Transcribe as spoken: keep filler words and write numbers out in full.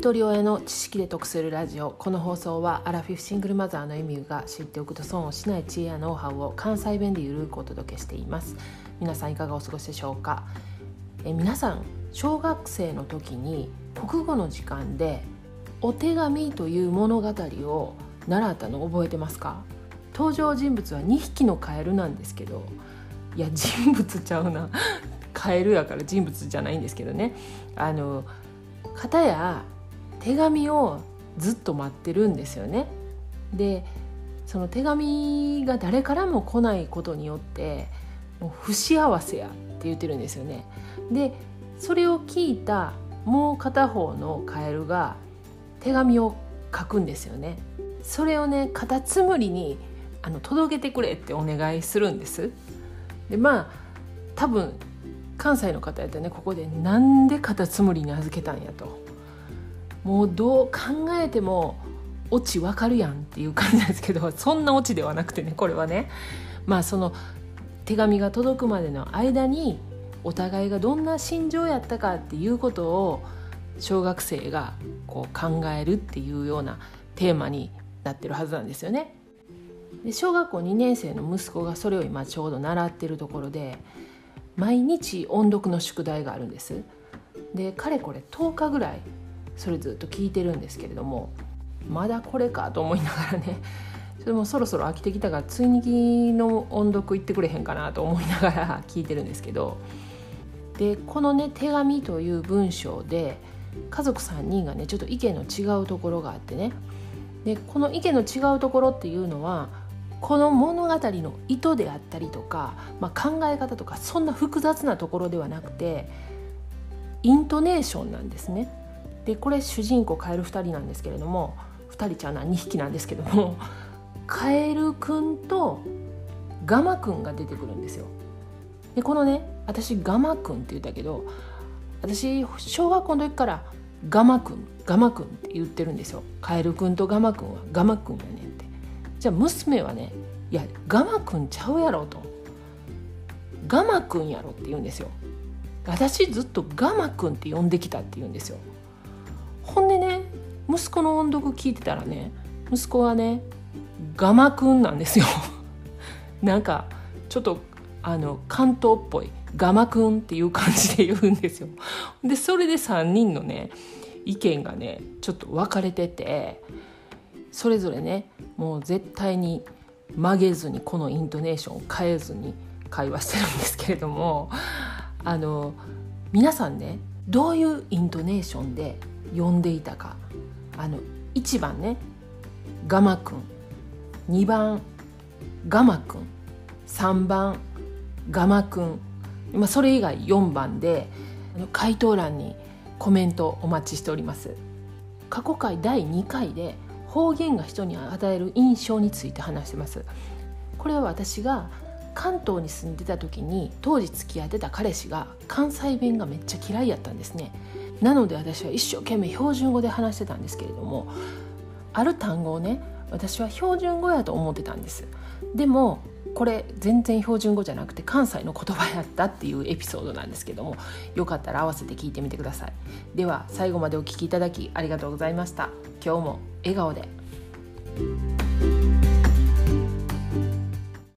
一人親の知識で得するラジオ。この放送はアラフィフシングルマザーのエミューが知っておくと損をしない知恵やノウハウを関西弁でゆるくお届けしています。皆さんいかがお過ごしでしょうか。え皆さん小学生の時に国語の時間でお手紙という物語を習ったの覚えてますか？登場人物はにひきのカエルなんですけど、いや人物ちゃうなカエルやから人物じゃないんですけどね、あの片や手紙をずっと待ってるんですよね。でその手紙が誰からも来ないことによってもう不幸せやって言ってるんですよね。でそれを聞いたもう片方のカエルが手紙を書くんですよね。それをねカタツムリにあの届けてくれってお願いするんです。でまあ多分関西の方やったらね、ここでなんでカタツムリに預けたんやと、もうどう考えてもオチわかるやんっていう感じなんですけど、そんなオチではなくてね、これはねまあその手紙が届くまでの間にお互いがどんな心情やったかっていうことを小学生がこう考えるっていうようなテーマになってるはずなんですよね。で小学校にねん生の息子がそれを今ちょうど習ってるところで、毎日音読の宿題があるんです。でかれこれとおかぐらいそれずっと聞いてるんですけれども、まだこれかと思いながらね、それもそろそろ飽きてきたから追記の音読言ってくれへんかなと思いながら聞いてるんですけど、でこのね手紙という文章で家族さんにんがねちょっと意見の違うところがあってね、でこの意見の違うところっていうのはこの物語の意図であったりとか、まあ、考え方とかそんな複雑なところではなくてイントネーションなんですね。でこれ主人公カエルふたりなんですけれども、ふたりちゃうなにひきなんですけども、カエルくんとガマくんが出てくるんですよ。でこのね私ガマくんって言ったけど、私小学校の時からガマくんガマくんって言ってるんですよ。カエルくんとガマくんはガマくんやねんって。じゃあ娘はね、いやガマくんちゃうやろと、ガマくんやろって言うんですよ。私ずっとガマくんって呼んできたって言うんですよ。ほんでね息子の音読聞いてたらね、息子はねガマくんなんですよなんかちょっとあの関東っぽいガマくんっていう感じで言うんですよ。でそれでさんにんのね意見がねちょっと分かれてて、それぞれねもう絶対に曲げずにこのイントネーションを変えずに会話してるんですけれども、あの皆さんねどういうイントネーションで呼んでいたか、あのいちばんねガマくん、にばんガマくん、さんばんガマくん、まあ、それ以外よんばんで回答欄にコメントお待ちしております。過去回だいにかいで方言が人に与える印象について話してます。これは私が関東に住んでた時に当時付き合ってた彼氏が関西弁がめっちゃ嫌いやったんですね。なので私は一生懸命標準語で話してたんですけれども、ある単語をね私は標準語やと思ってたんです。でもこれ全然標準語じゃなくて関西の言葉やったっていうエピソードなんですけども、よかったら合わせて聞いてみてください。では最後までお聞きいただきありがとうございました。今日も笑顔で。